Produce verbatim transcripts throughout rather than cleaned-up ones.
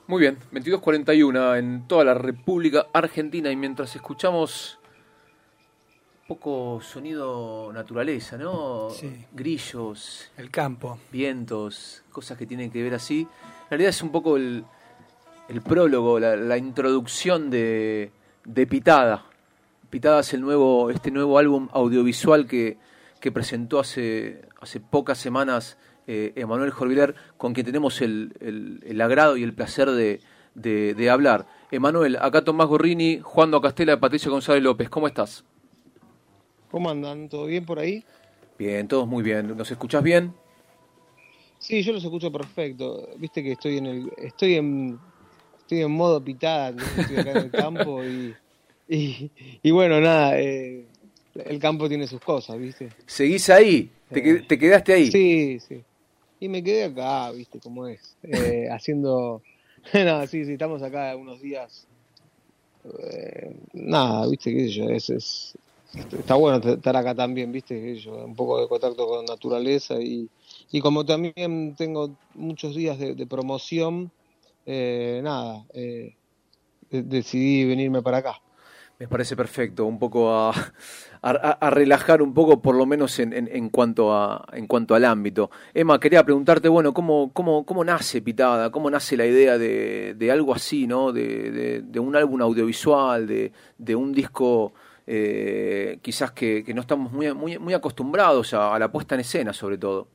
Muy bien, veintidós cuarenta y uno en toda la República Argentina y mientras escuchamos un poco sonido naturaleza, ¿no? Sí, Grillos, el campo. vientos, cosas que tienen que ver así. En realidad es un poco el, el prólogo, la, la introducción de, de Pitada. Pitada es el nuevo, este nuevo álbum audiovisual que, que presentó hace, hace pocas semanas eh, Emanuel Jorviler, con quien tenemos el, el, el agrado y el placer de, de, de hablar. Emanuel, acá Tomás Gorrini, Juan Do Castela, Patricio González López, ¿cómo estás? ¿Cómo andan? ¿Todo bien por ahí? Bien, todos muy bien. ¿Nos escuchás bien? Sí, yo los escucho perfecto. Viste que estoy en el, estoy en, estoy en modo pitada, entonces estoy acá en el campo y, y, y bueno, nada, eh, el campo tiene sus cosas, ¿viste? ¿Seguís ahí? ¿Te, Eh, qued- te quedaste ahí? sí, sí. Y me quedé acá, ¿viste cómo es? Eh, haciendo, no, sí, sí, estamos acá unos días. Eh, nada, ¿viste qué sé yo? Es, es, está bueno estar acá también, ¿viste qué sé yo? Un poco de contacto con naturaleza y y como también tengo muchos días de, de promoción, eh, nada, eh, de- decidí venirme para acá. Me parece perfecto, un poco a, a, a relajar un poco, por lo menos en, en, en cuanto a en cuanto al ámbito. Emma, quería preguntarte, bueno, cómo, cómo, cómo nace Pitada, cómo nace la idea de, de algo así, ¿no? De, de, de un álbum audiovisual, de, de un disco eh, quizás que, que no estamos muy, muy, muy acostumbrados a, a la puesta en escena, sobre todo.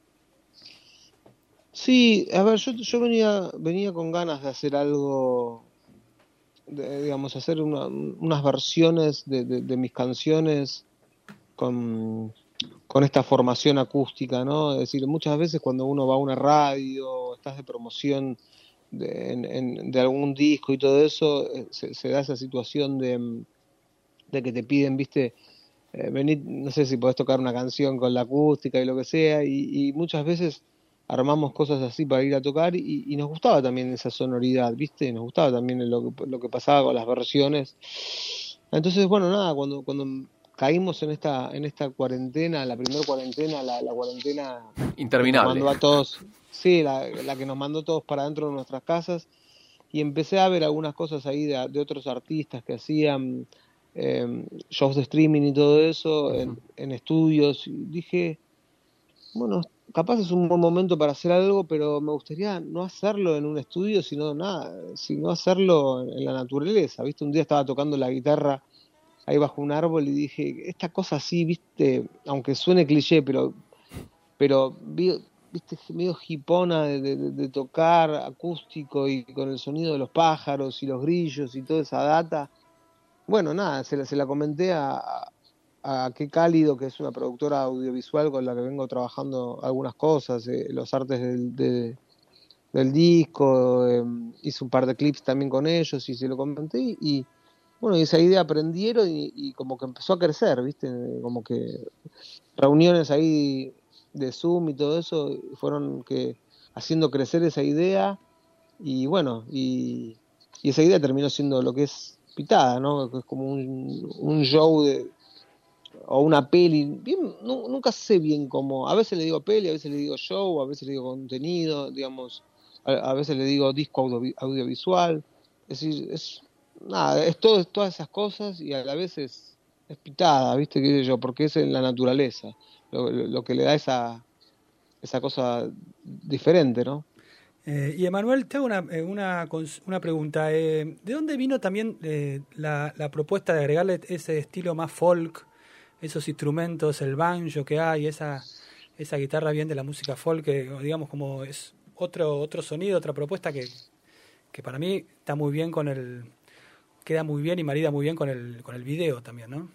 Sí, a ver, yo, yo venía, venía con ganas de hacer algo, de, digamos, hacer una- unas versiones de, de- de mis canciones con, con esta formación acústica, ¿no? Es decir, muchas veces cuando uno va a una radio, estás de promoción de, en- en- de algún disco y todo eso, eh, se, se da esa situación de, mm, de que te piden, viste, eh, venir, no sé si podés tocar una canción con la acústica y lo que sea, y, y muchas veces armamos cosas así para ir a tocar y, y nos gustaba también esa sonoridad, ¿viste? Nos gustaba también lo que, lo que pasaba con las versiones. Entonces, bueno, nada, cuando, cuando caímos en esta, en esta cuarentena, la primera cuarentena, la, la cuarentena que nos Interminable. mandó a todos, sí, la, la que nos mandó todos para dentro de nuestras casas, y empecé a ver algunas cosas ahí de, de otros artistas que hacían eh, shows de streaming y todo eso en, en estudios, y dije, bueno, capaz es un buen momento para hacer algo, pero me gustaría no hacerlo en un estudio, sino nada, sino hacerlo en la naturaleza, ¿viste? Un día estaba tocando la guitarra ahí bajo un árbol y dije, esta cosa así, ¿viste? Aunque suene cliché, pero pero vi- viste, medio hipona de, de- de tocar acústico y con el sonido de los pájaros y los grillos y toda esa data. Bueno, nada, se la, se la comenté a, a, a Qué Cálido, que es una productora audiovisual con la que vengo trabajando algunas cosas, eh, los artes del, de- del disco, eh, hice un par de clips también con ellos y se lo comenté y bueno, y esa idea aprendieron y, y como que empezó a crecer, ¿viste? Como que reuniones ahí de Zoom y todo eso fueron que haciendo crecer esa idea y bueno, y, y esa idea terminó siendo lo que es Pitada, ¿no? Que es como un, un show de, o una peli, bien, nu- nunca sé bien cómo, a veces le digo peli, a veces le digo show, a veces le digo contenido, digamos, a, a veces le digo disco audio- audiovisual, es decir, es nada, es todo, todas esas cosas y a la vez es, es Pitada, ¿viste? ¿Qué sé yo? Porque es en la naturaleza, lo, lo- lo que le da esa, esa cosa diferente, ¿no? Eh, y Emanuel, te hago una, eh, una, cons- una pregunta. Eh, ¿de dónde vino también eh, la, la propuesta de agregarle ese estilo más folk, esos instrumentos, el banjo que hay, esa, esa guitarra bien de la música folk, que digamos como es otro, otro sonido, otra propuesta que, que para mí está muy bien con el, queda muy bien y marida muy bien con el, con el video también, ¿no?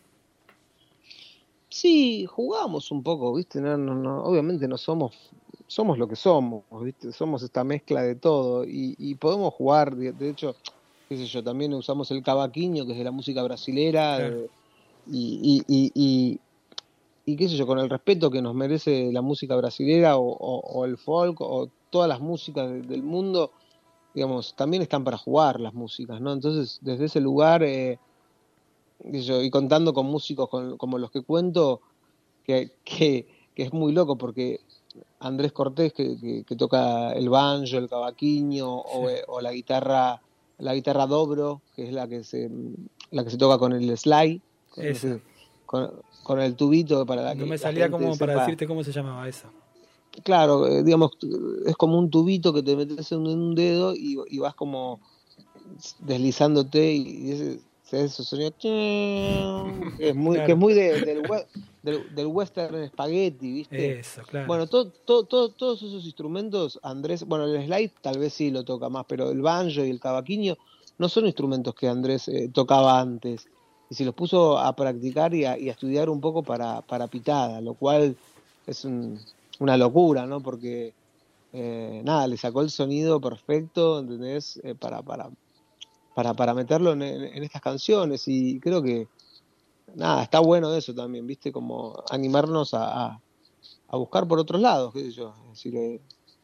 Sí, jugamos un poco, ¿viste? No, no, no, obviamente no somos, somos lo que somos, ¿viste? Somos esta mezcla de todo y, y podemos jugar, de, de hecho, qué sé yo, también usamos el cavaquinho, que es de la música brasilera, Claro. de- y, y, y, y, y qué sé yo, con el respeto que nos merece la música brasilera o, o, o el folk o todas las músicas de- del mundo, digamos, también están para jugar las músicas, ¿no? Entonces, desde ese lugar, eh, qué sé yo, y contando con músicos con- como los que cuento, que, que, que es muy loco porque Andrés Cortés, que, que, que toca el banjo, el cavaquinho, o, o la guitarra, la guitarra dobro, que es la que se, la que se toca con el slide, con, ese, con, con el tubito para la no que me la salía gente como para sepa. decirte cómo se llamaba esa. Claro, eh, digamos, es como un tubito que te metes en un dedo y, y vas como deslizándote y, y ese, ese sonido que es muy, Claro. que es muy de, del, we, del, del western spaghetti, ¿viste? Eso, claro. Bueno, to, to, to, todos esos instrumentos, Andrés, bueno, el slide tal vez sí lo toca más, pero el banjo y el cavaquinho no son instrumentos que Andrés eh, tocaba antes. Y se los puso a practicar y a, y a estudiar un poco para, para pitada, lo cual es un, una locura, ¿no? Porque, eh, nada, le sacó el sonido perfecto, ¿entendés? Eh, para, para, para, para meterlo en, en estas canciones y creo que, nada, está bueno eso también, ¿viste? Como animarnos a, a, a buscar por otros lados, qué sé yo. Es decir, eh,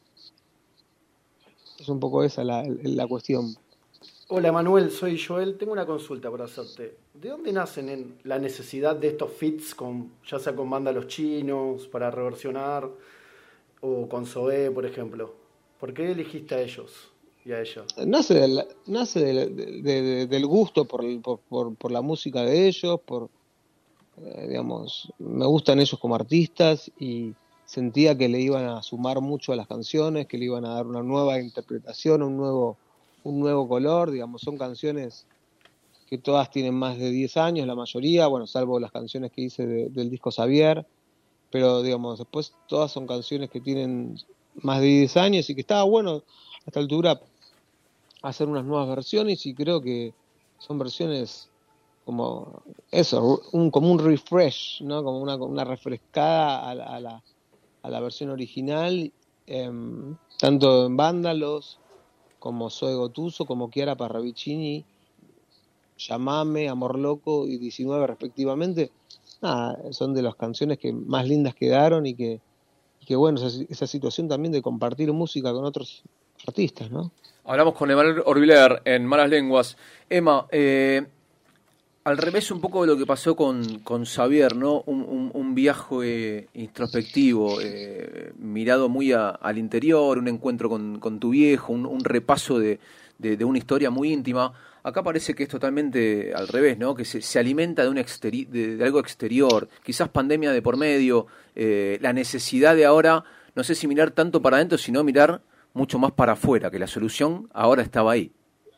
es un poco esa la, la cuestión. Hola Manuel, soy Joel. Tengo una consulta para hacerte. ¿De dónde nacen en la necesidad de estos feats, con, ya sea con banda Los Chinos, para reversionar, o con Zoé, por ejemplo? ¿Por qué elegiste a ellos y a ella? Nace, del, nace del, de, de, del gusto por, por, por, por la música de ellos, por, eh, digamos, me gustan ellos como artistas y sentía que le iban a sumar mucho a las canciones, que le iban a dar una nueva interpretación, un nuevo, un nuevo color, digamos, son canciones que todas tienen más de diez años, la mayoría, bueno, salvo las canciones que hice de, del disco Xavier, pero digamos, después todas son canciones que tienen más de diez años y que estaba bueno a esta altura hacer unas nuevas versiones y creo que son versiones como eso, un, como un refresh, ¿no? Como una, una refrescada a la, a la, a la versión original, eh, tanto en Vándalos como Zoe Gotuso, como Chiara Parravicini, Llamame, Amor Loco y diecinueve respectivamente. Nada, son de las canciones que más lindas quedaron y que, y que bueno, esa, esa situación también de compartir música con otros artistas, ¿no? Hablamos con Emanuel Orbiler en Malas Lenguas. Emma, eh, al revés un poco de lo que pasó con, con Xavier, ¿no? Un, un, un viaje eh, introspectivo, eh, mirado muy a, al interior, un encuentro con, con tu viejo, un, un repaso de, de, de una historia muy íntima. Acá parece que es totalmente al revés, ¿no? Que se, se alimenta de, un exteri- de, de algo exterior, quizás pandemia de por medio, eh, la necesidad de ahora, no sé si mirar tanto para adentro, sino mirar mucho más para afuera, que la solución ahora estaba ahí.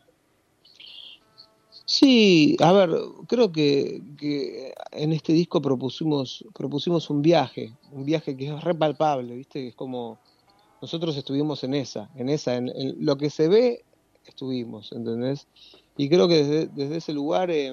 Sí, a ver, creo que, que en este disco propusimos, propusimos un viaje, un viaje que es re palpable, ¿viste? Que es como, nosotros estuvimos en esa, en esa, en, en lo que se ve, estuvimos, ¿entendés? Y creo que desde, desde ese lugar, eh,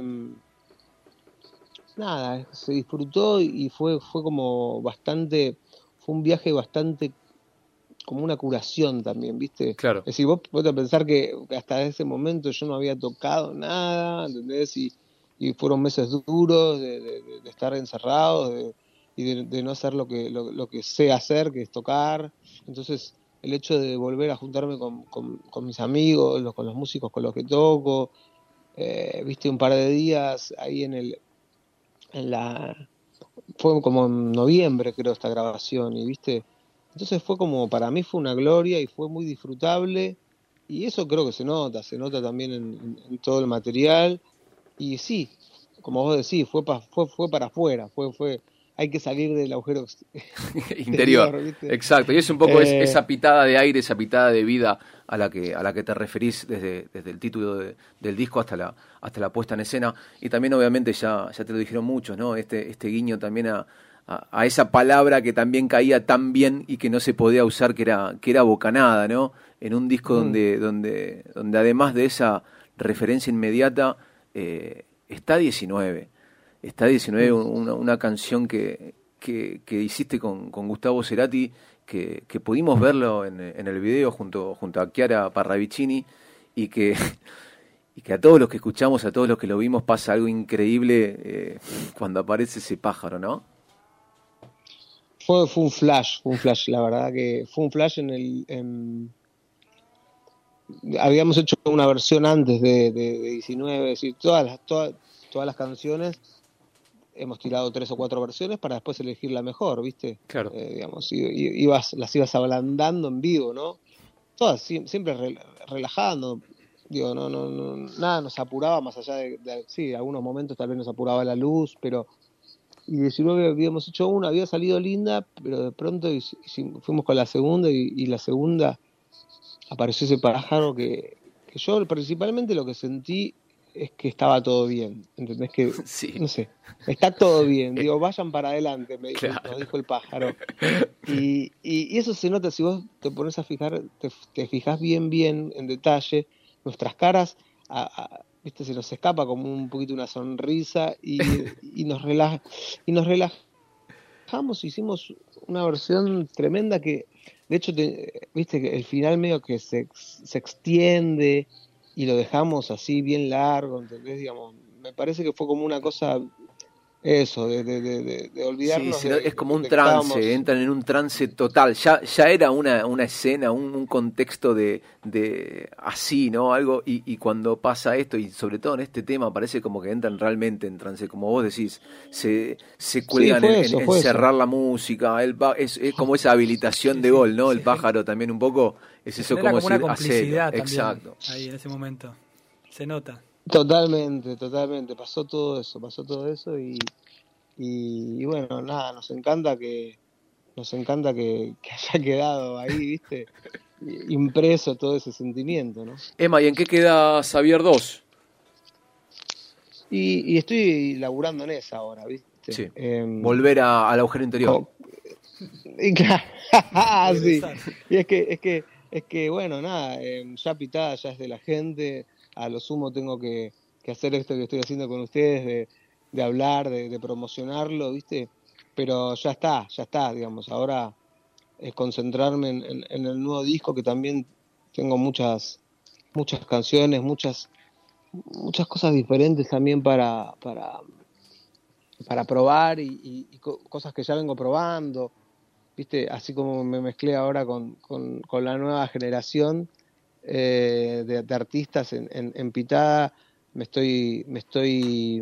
nada, se disfrutó y fue, fue como bastante, fue un viaje bastante como una curación también, ¿viste? Claro. Es decir, vos podés pensar que hasta ese momento yo no había tocado nada, ¿entendés? Y, y fueron meses duros de, de, de estar encerrados de, y de, de no hacer lo que, lo, lo que sé hacer, que es tocar. Entonces, el hecho de volver a juntarme con, con, con mis amigos, los, con los músicos con los que toco, eh, ¿viste? Un par de días ahí en el... en la fue como en noviembre, creo, esta grabación, y ¿viste? Entonces fue como, para mí fue una gloria y fue muy disfrutable y eso creo que se nota, se nota también en, en, en todo el material y sí, como vos decís, fue, pa, fue, fue para afuera, fue, fue, hay que salir del agujero interior, exterior, ¿viste? Exacto, y es un poco eh, esa pitada de aire, esa pitada de vida a la que a la que te referís desde, desde el título de, del disco hasta la hasta la puesta en escena y también obviamente ya ya te lo dijeron muchos, ¿no? Este este guiño también a A, a esa palabra que también caía tan bien y que no se podía usar, que era que era bocanada, ¿no? En un disco mm. donde donde donde además de esa referencia inmediata eh, está diecinueve, está diecinueve, Mm. una, una canción que, que, que hiciste con, con Gustavo Cerati, que, que pudimos verlo en, en el video junto junto a Chiara Parravicini y que y que a todos los que escuchamos, a todos los que lo vimos, pasa algo increíble eh, cuando aparece ese pájaro, ¿no? Fue, fue un flash, fue un flash, la verdad que fue un flash en el... En... Habíamos hecho una versión antes de, de, de diecinueve, es decir, todas las, todas, todas las canciones hemos tirado tres o cuatro versiones para después elegir la mejor, ¿viste? Claro. Eh, digamos, y, y, ibas, las ibas ablandando en vivo, ¿no? Todas si, siempre re, relajando, digo, no, no, no, nada nos apuraba más allá de, de, sí, algunos momentos tal vez nos apuraba la luz, pero y diecinueve habíamos hecho una, había salido linda, pero de pronto y, y fuimos con la segunda y, y la segunda apareció ese pájaro que, que yo principalmente lo que sentí es que estaba todo bien, ¿entendés? Que, sí. no sé, está todo bien, digo, vayan para adelante, me dijo, claro. Nos dijo el pájaro. Y, y, y eso se nota, si vos te pones a fijar, te, te fijas bien, bien en detalle, nuestras caras, a, a, viste, se nos escapa como un poquito una sonrisa y, y nos relaja, y nos relajamos, hicimos una versión tremenda que, de hecho, te, viste que el final medio que se, se extiende y lo dejamos así bien largo, ¿entendés? Digamos, me parece que fue como una cosa, eso, de, de, de, de olvidarnos. Sí, de, es como un de trance, estábamos... entran en un trance total. Ya ya era una, una escena, un, un contexto de, de así, ¿no? Algo, y, y cuando pasa esto, y sobre todo en este tema, parece como que entran realmente en trance, como vos decís, se, se cuelgan sí, en, eso, en, en cerrar eso. la música, el, es, es como esa habilitación sí, de sí, gol, ¿no? sí. El pájaro también un poco, es se eso como, como una decir, complicidad hacelo. también, Exacto. ahí en ese momento, se nota. Totalmente, totalmente, pasó todo eso, pasó todo eso y, y, y bueno, nada, nos encanta que nos encanta que, que haya quedado ahí, ¿viste? Impreso todo ese sentimiento, ¿no? Emma, ¿y en qué queda Xavier dos? Y, y estoy laburando en esa ahora, ¿viste? Sí. Eh, Volver a, al agujero interior. Oh, y claro, sí. Y es que, es que, es que bueno, nada, eh, ya Pitada ya es de la gente, a lo sumo tengo que, que hacer esto que estoy haciendo con ustedes, de, de hablar, de, de promocionarlo, ¿viste? Pero ya está, ya está, digamos, ahora es concentrarme en, en, en el nuevo disco, que también tengo muchas, muchas canciones, muchas, muchas cosas diferentes también para, para, para probar y, y, y co- cosas que ya vengo probando. Viste, así como me mezclé ahora con, con, con la nueva generación eh, de, de artistas en, en, en Pitada, me estoy, me estoy,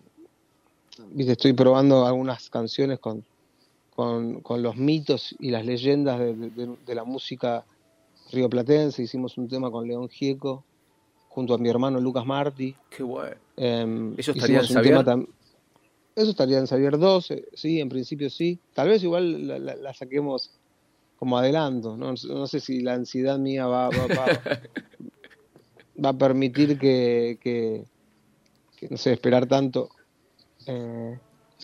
viste, estoy probando algunas canciones con, con, con los mitos y las leyendas de, de, de la música rioplatense. Hicimos un tema con León Gieco junto a mi hermano Lucas Martí. Qué bueno. Eh, ¿Eso estaría en hicimos un Xavier? tema también. Eso estaría en Xavier dos, eh, sí, en principio sí. Tal vez igual la, la, la saquemos como adelanto, ¿no? No sé si la ansiedad mía va, va, va, va a permitir que, que, que, no sé, esperar tanto eh,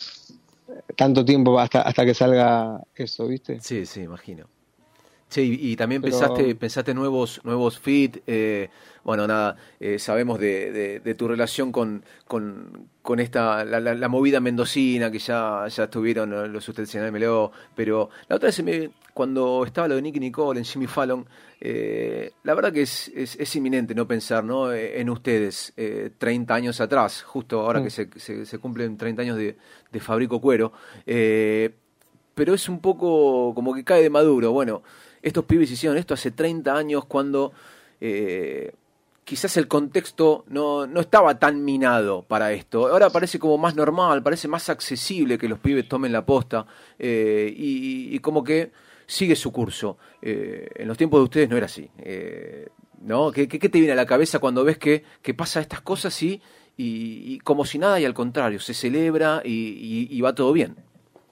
tanto tiempo hasta, hasta que salga eso, ¿viste? Sí, sí, imagino. Sí, y, y también Pero, pensaste, pensaste nuevos, nuevos fit, eh, bueno, nada, eh, sabemos de, de, de tu relación con, con, con esta, la, la, la movida mendocina, que ya, ya estuvieron los ustedes en el M L O, pero la otra vez me, cuando estaba lo de Nicky Nicole en Jimmy Fallon, eh, la verdad que es, es, es inminente no pensar, ¿no? en ustedes, eh, treinta años atrás, justo ahora mm. que se, se, se cumplen treinta años de, de Fabrico Cuero, eh, pero es un poco como que cae de maduro, bueno. Estos pibes hicieron esto hace treinta años cuando eh, quizás el contexto no, no estaba tan minado para esto. Ahora parece como más normal, parece más accesible que los pibes tomen la posta eh, y, y como que sigue su curso. Eh, en los tiempos de ustedes no era así. Eh, ¿no? ¿Qué, qué, qué te viene a la cabeza cuando ves que, que pasa estas cosas y, y, y como si nada y al contrario, se celebra y, y, y va todo bien?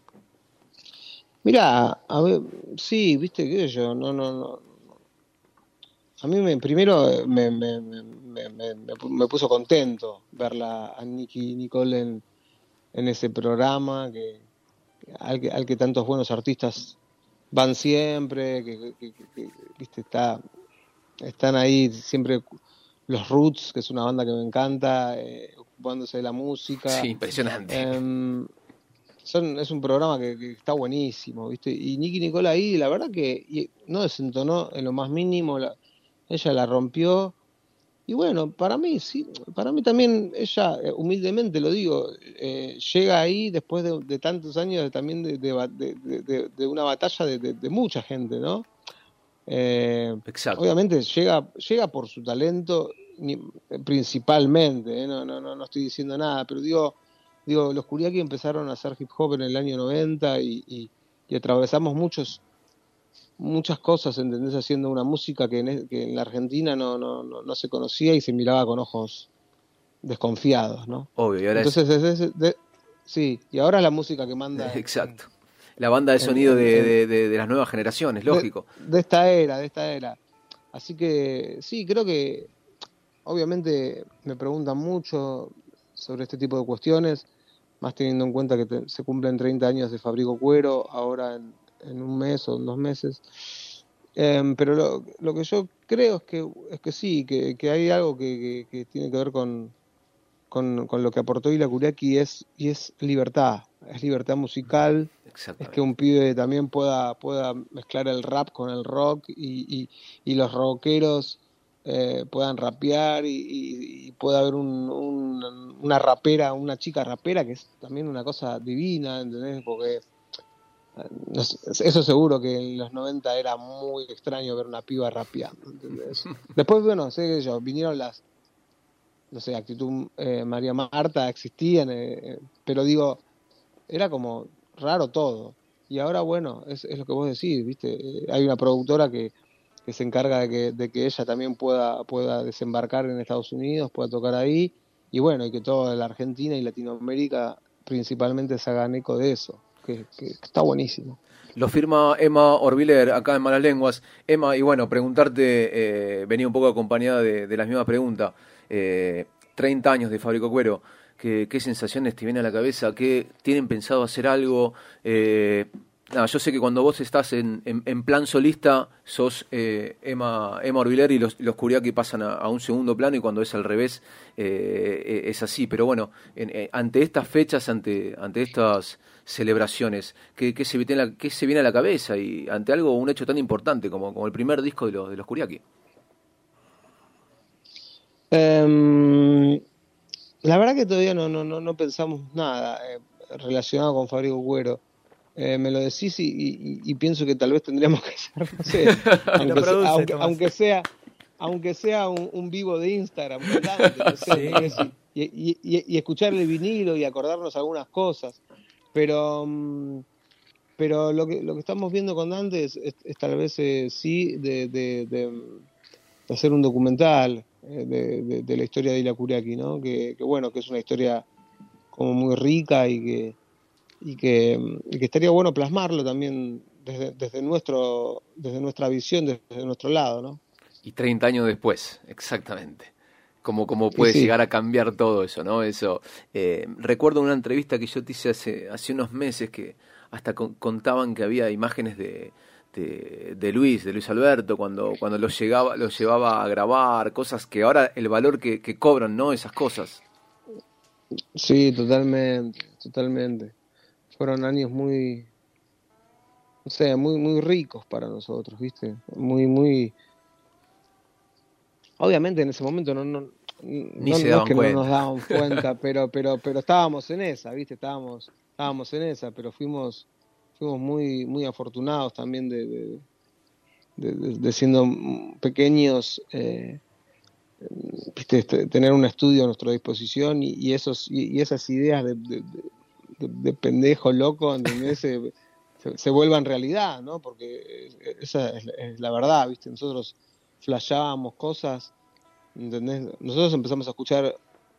Mirá, a ver, sí, viste que yo, no, no, no. A mí me, primero me, me, me, me, me, me puso contento verla a Nicky Nicole en, en ese programa que al, que al que tantos buenos artistas van siempre, que, que, que, que viste, está, están ahí siempre los Roots, que es una banda que me encanta, eh, ocupándose de la música. Sí, impresionante. Eh, Son, es un programa que, que está buenísimo, ¿viste? Y Nicky Nicole ahí, la verdad que y no desentonó en lo más mínimo, la, ella la rompió. Y bueno, para mí, sí, para mí también, ella, humildemente lo digo, eh, llega ahí después de, de tantos años de, también de, de, de, de, de una batalla de, de, de mucha gente, ¿no? Eh, Exacto. Obviamente llega, llega por su talento, ni, principalmente, ¿eh? no, no, no, no estoy diciendo nada, pero digo, digo, los Kuriaki empezaron a hacer hip hop en el año noventa y, y, y atravesamos muchos muchas cosas, ¿entendés? Haciendo una música que en, que en la Argentina no, no, no, no se conocía y se miraba con ojos desconfiados, ¿no? Obvio, y ahora Entonces, es... desde, de, sí, y ahora es la música que manda... Exacto. La banda de sonido en, en, de, en, de, de, de las nuevas generaciones, lógico. De, de esta era, de esta era. Así que sí, creo que obviamente me preguntan mucho sobre este tipo de cuestiones, más teniendo en cuenta que te, se cumplen treinta años de Fabrico Cuero, ahora en, en un mes o en dos meses. Eh, pero lo, lo que yo creo es que es que sí, que, que hay algo que, que, que tiene que ver con, con, con lo que aportó Ila Kuriaki, es, y es libertad, es libertad musical, es que un pibe también pueda, pueda mezclar el rap con el rock y, y, y los rockeros eh, puedan rapear y, y, y pueda haber un, un, una rapera, una chica rapera, que es también una cosa divina, ¿entendés? Porque no sé, eso seguro que en los noventa era muy extraño ver una piba rapeando, ¿entendés? Después, bueno, sé que yo, vinieron las, no sé, Actitud eh, María Marta, existían, eh, pero digo, era como raro todo. Y ahora, bueno, es, es lo que vos decís, ¿viste? Eh, hay una productora que, que se encarga de que, de que ella también pueda, pueda desembarcar en Estados Unidos, pueda tocar ahí, y bueno, y que toda la Argentina y Latinoamérica principalmente se hagan eco de eso, que, que está buenísimo. Lo firma Emma Orbiler acá en Malas Lenguas. Emma, y bueno, preguntarte, eh, venía un poco acompañada de, de las mismas preguntas. Eh, treinta años de Fabrico Cuero, ¿qué, qué sensaciones te vienen a la cabeza? ¿Qué tienen pensado hacer algo? Eh, nada, yo sé que cuando vos estás en, en, en plan solista, sos eh, Emma, Emma Orbiler y los, los Kuriaki pasan a, a un segundo plano, y cuando es al revés eh, es así. Pero bueno, en, eh, ante estas fechas, ante, ante estas celebraciones, ¿qué, qué, se viene a la, ¿qué se viene a la cabeza? Y ante algo, un hecho tan importante como, como el primer disco de los, de los Kuriaki. Um, la verdad que todavía no, no, no, no pensamos nada eh, relacionado con Fabrico Cuero. Eh, me lo decís y, y, y pienso que tal vez tendríamos que hacer, no sé, aunque, produce, aunque, aunque sea aunque sea un, un vivo de Instagram, delante, no sé, sí. y, y, y, y escuchar el vinilo y acordarnos algunas cosas. Pero um, pero lo que lo que estamos viendo con Dante es, es, es tal vez eh, sí de, de, de, de hacer un documental eh, de, de, de la historia de Ila Kuriaki, ¿no? Que, que bueno, que es una historia como muy rica y que y que, y que estaría bueno plasmarlo también desde, desde nuestro desde nuestra visión, desde nuestro lado, ¿no? Y treinta años después, exactamente. Como, como puede sí. llegar a cambiar todo eso, ¿no? Eso. Eh, recuerdo una entrevista que yo te hice hace, hace unos meses que hasta con, contaban que había imágenes de, de, de Luis, de Luis Alberto, cuando, cuando los llegaba, los llevaba a grabar, cosas que ahora el valor que, que cobran, ¿no? Esas cosas. Sí, totalmente, totalmente. Fueron años muy, no sé, muy, muy ricos para nosotros, ¿viste? Muy, muy... Obviamente en ese momento no, no, Ni no, se no daban es que cuenta. no nos dábamos cuenta, pero, pero, pero estábamos en esa, ¿viste? Estábamos, estábamos en esa, pero fuimos, fuimos muy, muy afortunados también de, de, de, de, de siendo pequeños, eh, ¿viste? Tener un estudio a nuestra disposición y, y esos, y, y esas ideas de, de, de, de pendejo loco, ¿entendés? Se, se, se vuelvan realidad, ¿no? Porque esa es, es la verdad, ¿viste? Nosotros flashábamos cosas, ¿entendés? Nosotros empezamos a escuchar,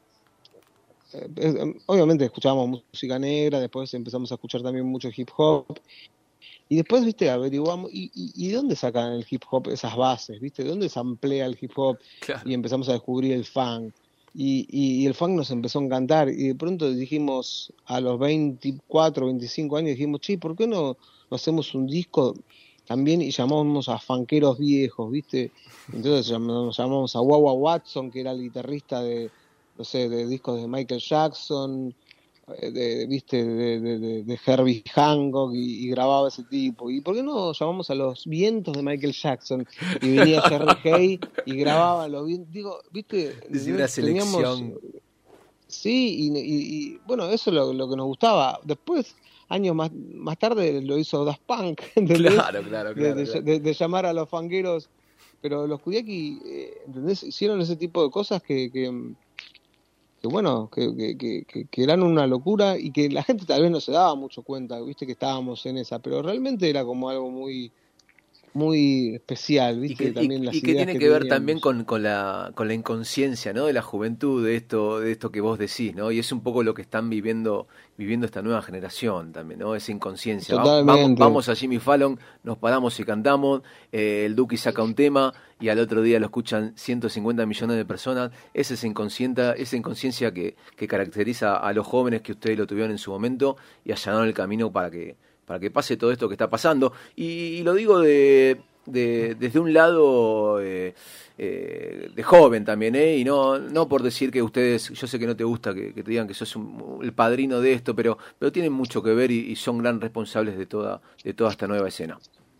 eh, obviamente escuchábamos música negra, después empezamos a escuchar también mucho hip hop, y después, viste, averiguamos, ¿y, y, y de dónde sacan el hip hop esas bases, viste? ¿De dónde se amplía el hip hop? Claro. Y empezamos a descubrir el funk, y, y, y el funk nos empezó a encantar, y de pronto dijimos, a los veinticuatro, veinticinco años, dijimos, che, ¿por qué no, no hacemos un disco también y llamamos a funkeros viejos, ¿viste? Entonces llamamos, llamamos a Wawa Watson, que era el guitarrista de, no sé, de discos de Michael Jackson, de, ¿viste? De, de, de Herbie Hancock, y, y grababa ese tipo. ¿Y por qué no llamamos a los vientos de Michael Jackson? Y venía Jerry Hay y grababa los vientos. Digo, ¿viste? Decir una selección. Teníamos, sí, y, y, y bueno, eso es lo, lo que nos gustaba. Después, años más, más tarde lo hizo Daft Punk, ¿entendés? Claro, claro, claro. De, de, de, de llamar a los funkeros, pero los Kuriaki, eh, ¿entendés? Hicieron ese tipo de cosas que, que, que bueno, que, que, que, que eran una locura y que la gente tal vez no se daba mucho cuenta, viste que estábamos en esa, pero realmente era como algo muy muy especial, viste, Y que, también y, las y que ideas tiene que que ver teníamos. también con, con la, con la inconsciencia, ¿no? De la juventud, de esto, de esto que vos decís, ¿no? Y es un poco lo que están viviendo, viviendo esta nueva generación también, ¿no? Esa inconsciencia. Va- Vamos, Totalmente. vamos a Jimmy Fallon, nos paramos y cantamos, eh, el Duki saca un tema y al otro día lo escuchan ciento cincuenta millones de personas. Es esa inconsciente, esa inconsciencia que, que caracteriza a los jóvenes que ustedes lo tuvieron en su momento y allanaron el camino para que, para que pase todo esto que está pasando. Y, y lo digo de de, desde un lado eh, eh, de joven también, ¿eh? Y no, no por decir que ustedes, yo sé que no te gusta que, que te digan que sos un- el padrino de esto, pero, pero tienen mucho que ver y, y son gran responsables de toda, de toda esta nueva escena.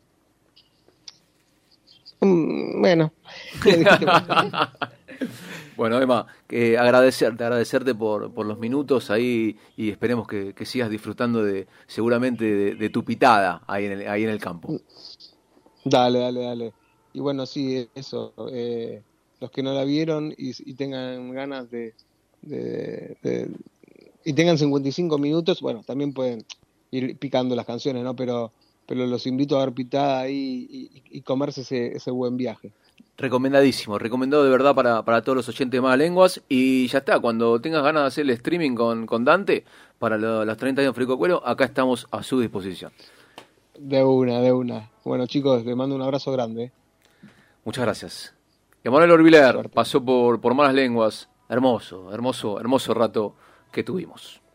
Mm, Bueno, como dijiste vos. Bueno, Emma, que agradecerte, agradecerte por, por los minutos ahí y esperemos que, que sigas disfrutando de, seguramente de, de tu pitada ahí en el, ahí en el campo. Dale, dale, dale. Y bueno, sí, eso. eh, los que no la vieron y, y tengan ganas de, de, de- y tengan cincuenta y cinco minutos, bueno, también pueden ir picando las canciones, ¿no? Pero, pero los invito a ver pitada ahí y, y comerse ese, ese buen viaje. Recomendadísimo, recomendado de verdad para, para todos los oyentes de Malas Lenguas. Y ya está, cuando tengas ganas de hacer el streaming con, con Dante para lo- los treinta años de Frico Cuero, acá estamos a su disposición. De una, de una. Bueno, chicos, les mando un abrazo grande. ¿eh? Muchas gracias. Emanuel Orbiler Suerte. pasó por, por Malas Lenguas. Hermoso, hermoso, hermoso rato que tuvimos.